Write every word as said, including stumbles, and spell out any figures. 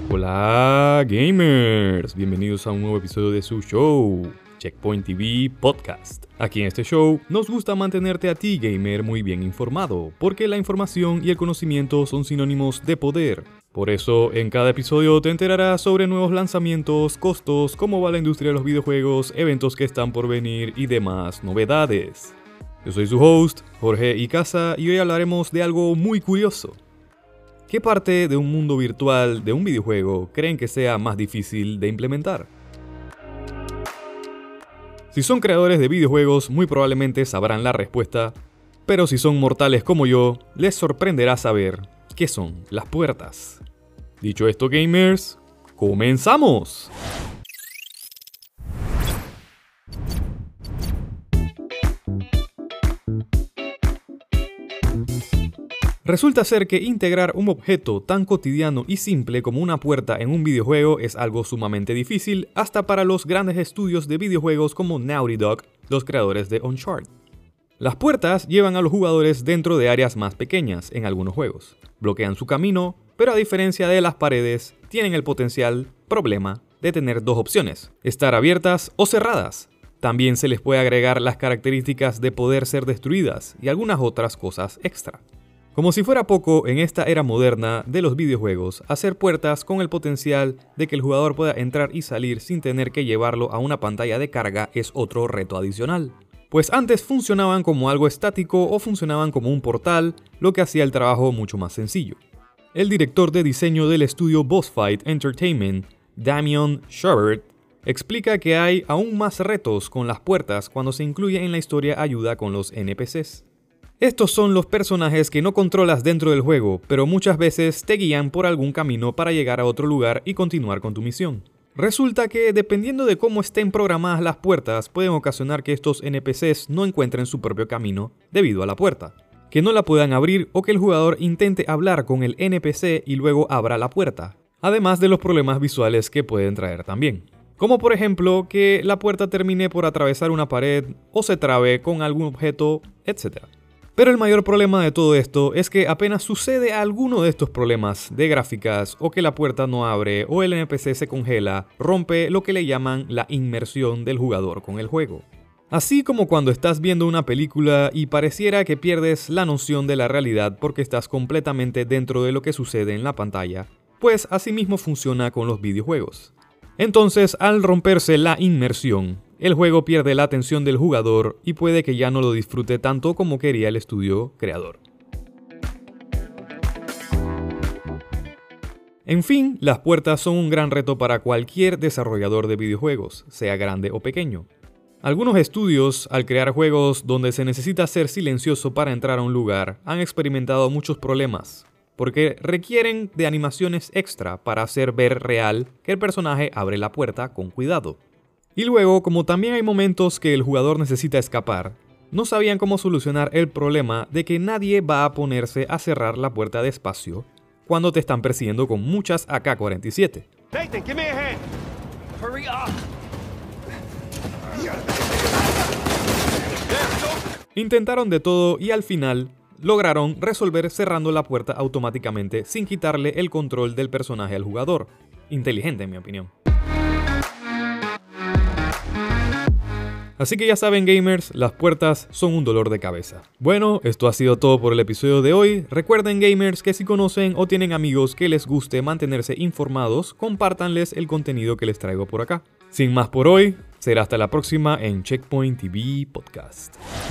Hola gamers, bienvenidos a un nuevo episodio de su show, Checkpoint T V Podcast. Aquí en este show nos gusta mantenerte a ti gamer muy bien informado, porque la información y el conocimiento son sinónimos de poder. Por eso en cada episodio te enterarás sobre nuevos lanzamientos, costos, cómo va la industria de los videojuegos, eventos que están por venir y demás novedades. Yo soy su host, Jorge Icaza, y hoy hablaremos de algo muy curioso. ¿Qué parte de un mundo virtual de un videojuego creen que sea más difícil de implementar? Si son creadores de videojuegos, muy probablemente sabrán la respuesta, pero si son mortales como yo, les sorprenderá saber qué son las puertas. Dicho esto, gamers, ¡comenzamos! Resulta ser que integrar un objeto tan cotidiano y simple como una puerta en un videojuego es algo sumamente difícil, hasta para los grandes estudios de videojuegos como Naughty Dog, los creadores de Uncharted. Las puertas llevan a los jugadores dentro de áreas más pequeñas en algunos juegos, bloquean su camino, pero a diferencia de las paredes, tienen el potencial problema de tener dos opciones, estar abiertas o cerradas. También se les puede agregar las características de poder ser destruidas y algunas otras cosas extra. Como si fuera poco, en esta era moderna de los videojuegos, hacer puertas con el potencial de que el jugador pueda entrar y salir sin tener que llevarlo a una pantalla de carga es otro reto adicional. Pues antes funcionaban como algo estático o funcionaban como un portal, lo que hacía el trabajo mucho más sencillo. El director de diseño del estudio Boss Fight Entertainment, Damien Schubert, explica que hay aún más retos con las puertas cuando se incluye en la historia ayuda con los N P Cs. Estos son los personajes que no controlas dentro del juego, pero muchas veces te guían por algún camino para llegar a otro lugar y continuar con tu misión. Resulta que, dependiendo de cómo estén programadas las puertas, pueden ocasionar que estos N P Cs no encuentren su propio camino debido a la puerta, que no la puedan abrir o que el jugador intente hablar con el N P C y luego abra la puerta, además de los problemas visuales que pueden traer también. Como por ejemplo que la puerta termine por atravesar una pared o se trabe con algún objeto, etcétera. Pero el mayor problema de todo esto es que apenas sucede alguno de estos problemas de gráficas o que la puerta no abre o el N P C se congela, rompe lo que le llaman la inmersión del jugador con el juego. Así como cuando estás viendo una película y pareciera que pierdes la noción de la realidad porque estás completamente dentro de lo que sucede en la pantalla, pues así mismo funciona con los videojuegos. Entonces, al romperse la inmersión, el juego pierde la atención del jugador y puede que ya no lo disfrute tanto como quería el estudio creador. En fin, las puertas son un gran reto para cualquier desarrollador de videojuegos, sea grande o pequeño. Algunos estudios, al crear juegos donde se necesita ser silencioso para entrar a un lugar, han experimentado muchos problemas, porque requieren de animaciones extra para hacer ver real que el personaje abre la puerta con cuidado. Y luego, como también hay momentos que el jugador necesita escapar, no sabían cómo solucionar el problema de que nadie va a ponerse a cerrar la puerta despacio cuando te están persiguiendo con muchas A K cuarenta y siete. Nathan, give me a hand. Hurry up. Intentaron de todo y al final lograron resolver cerrando la puerta automáticamente sin quitarle el control del personaje al jugador. Inteligente, en mi opinión. Así que ya saben, gamers, las puertas son un dolor de cabeza. Bueno, esto ha sido todo por el episodio de hoy. Recuerden, gamers, que si conocen o tienen amigos que les guste mantenerse informados, compártanles el contenido que les traigo por acá. Sin más por hoy, será hasta la próxima en Checkpoint T V Podcast.